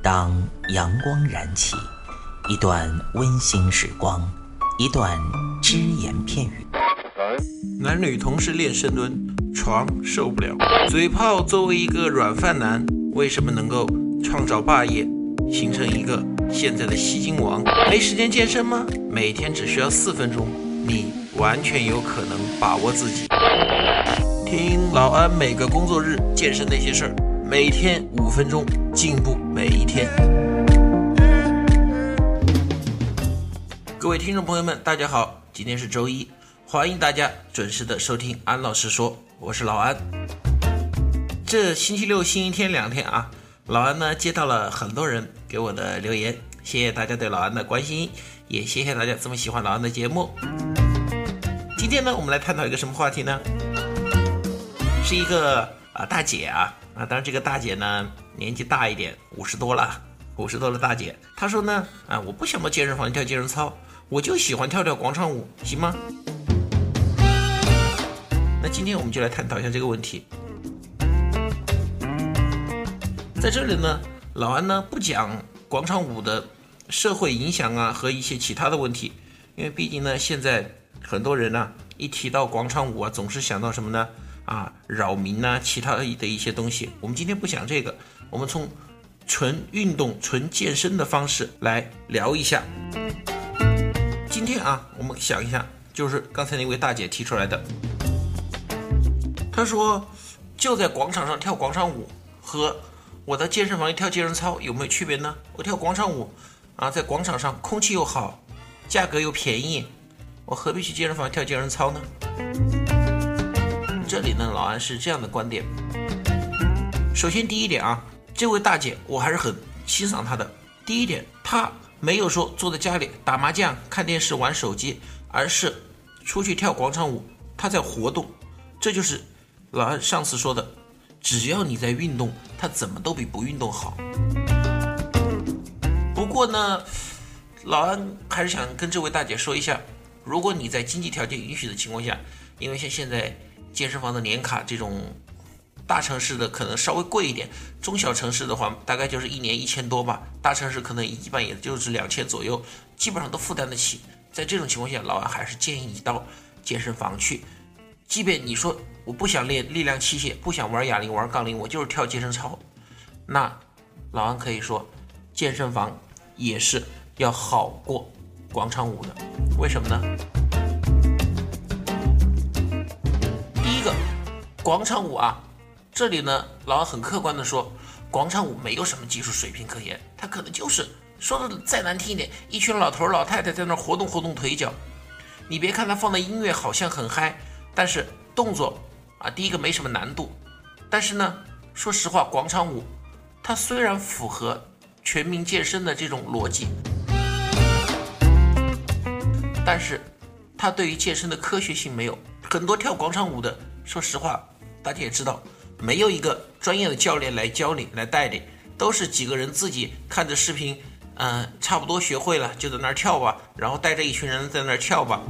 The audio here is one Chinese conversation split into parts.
当阳光燃起，一段温馨时光，一段只言片语。 男女同时练深蹲，床受不了。嘴炮作为一个软饭男，为什么能够创造霸业，形成一个现在的吸金王？没时间健身吗？每天只需要4分钟，你完全有可能把握自己。听老安每个工作日健身那些事儿，每天5分钟，进步每一天。各位听众朋友们，大家好，今天是周一，欢迎大家准时的收听安老师说，我是老安。这星期六、星期天2天啊，老安呢接到了很多人给我的留言，谢谢大家对老安的关心，也谢谢大家这么喜欢老安的节目。今天呢，我们来探讨一个什么话题呢？是一个大姐啊，当然这个大姐呢年纪大一点，50多了大姐，她说呢我不想到健身房跳健身操，我就喜欢跳跳广场舞，行吗？那今天我们就来探讨一下这个问题。在这里呢，老安呢不讲广场舞的社会影响啊和一些其他的问题，因为毕竟呢现在很多人呢一提到广场舞啊，总是想到什么呢？扰民啊，其他的一些东西。我们今天不讲这个，我们从纯运动、纯健身的方式来聊一下。今天我们想一下，就是刚才那位大姐提出来的，她说就在广场上跳广场舞和我在健身房里跳健身操有没有区别呢？我跳广场舞在广场上空气又好，价格又便宜，我何必去健身房跳健身操呢？这里呢，老安是这样的观点。首先第一点这位大姐我还是很欣赏她的。第一点，她没有说坐在家里打麻将、看电视、玩手机，而是出去跳广场舞，她在活动。这就是老安上次说的，只要你在运动，它怎么都比不运动好。不过呢，老安还是想跟这位大姐说一下，如果你在经济条件允许的情况下，因为像现在健身房的年卡，这种大城市的可能稍微贵一点，中小城市的话大概就是1年1000多吧，大城市可能一般也就是2000左右，基本上都负担得起。在这种情况下，老安还是建议你到健身房去。即便你说我不想练力量器械，不想玩哑铃玩杠铃，我就是跳健身操，那老安可以说健身房也是要好过广场舞的。为什么呢？第一个，广场舞这里呢老安很客观的说，广场舞没有什么技术水平可言，它可能就是说的再难听一点，一群老头老太太在那活动活动腿脚。你别看它放的音乐好像很嗨，但是动作第一个没什么难度，但是呢说实话，广场舞它虽然符合全民健身的这种逻辑，但是它对于健身的科学性没有。很多跳广场舞的，说实话大家也知道，没有一个专业的教练来教你来带你，都是几个人自己看着视频差不多学会了就在那儿跳吧，然后带着一群人在那儿跳吧，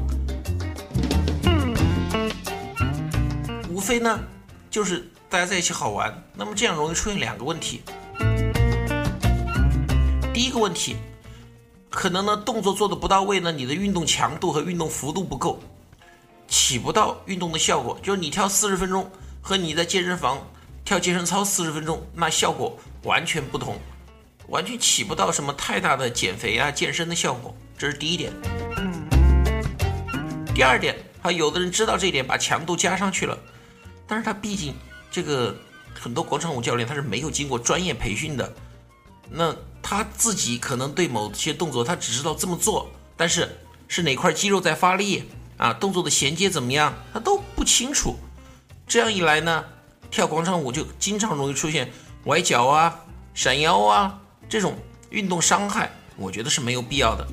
无非呢就是大家在一起好玩。那么这样容易出现2个问题。第一个问题，可能呢动作做的不到位呢，你的运动强度和运动幅度不够，起不到运动的效果。就是你跳40分钟和你在健身房跳健身操40分钟，那效果完全不同，完全起不到什么太大的减肥健身的效果。这是第一点。第二点，有的人知道这一点，把强度加上去了，但是他毕竟这个很多广场舞教练他是没有经过专业培训的，那他自己可能对某些动作他只知道这么做，但是哪块肌肉在发力动作的衔接怎么样他都不清楚。这样一来呢，跳广场舞就经常容易出现崴脚闪腰这种运动伤害，我觉得是没有必要的。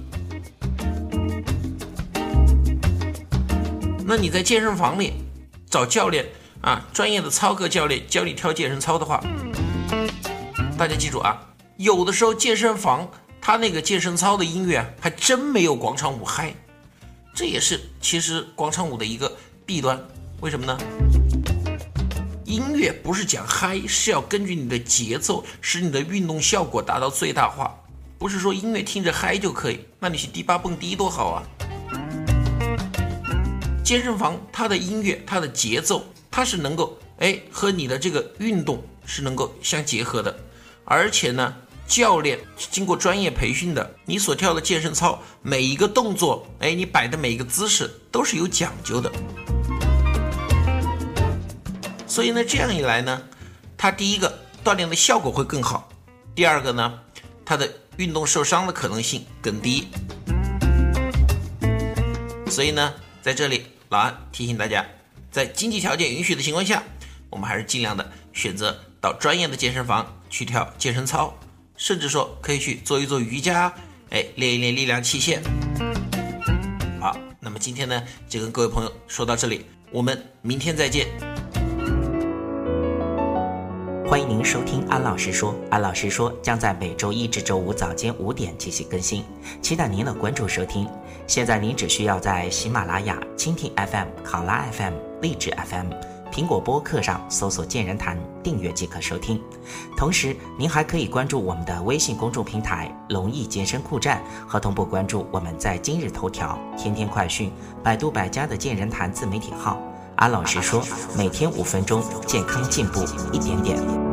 那你在健身房里找教练专业的操课教练教你跳健身操的话，大家记住有的时候健身房他那个健身操的音乐还真没有广场舞嗨，这也是其实广场舞的一个弊端。为什么呢？ 音乐不是讲嗨，是要根据你的节奏，使你的运动效果达到最大化。不是说音乐听着嗨就可以，那你去迪吧蹦迪多好啊！健身房它的音乐，它的节奏，它是能够和你的这个运动是能够相结合的，而且呢，教练经过专业培训的，你所跳的健身操每一个动作，你摆的每一个姿势都是有讲究的。所以呢，这样一来呢，它第一个锻炼的效果会更好，第二个呢，它的运动受伤的可能性更低。所以呢，在这里老安提醒大家，在经济条件允许的情况下，我们还是尽量的选择到专业的健身房去跳健身操，甚至说可以去做一做瑜伽，练一练力量器械。好，那么今天呢，就跟各位朋友说到这里，我们明天再见。 欢迎您收听安老师说，安老师说将在每周一至周五早间5点进行更新，期待您的关注收听。现在您只需要在喜马拉雅、蜻蜓 FM、考拉 FM、荔枝 FM、苹果播客上搜索健人谈订阅即可收听。同时您还可以关注我们的微信公众平台龙毅健身酷站，和同步关注我们在今日头条、天天快讯、百度百家的健人谈自媒体号。安老师说，每天5分钟，健康进步一点点。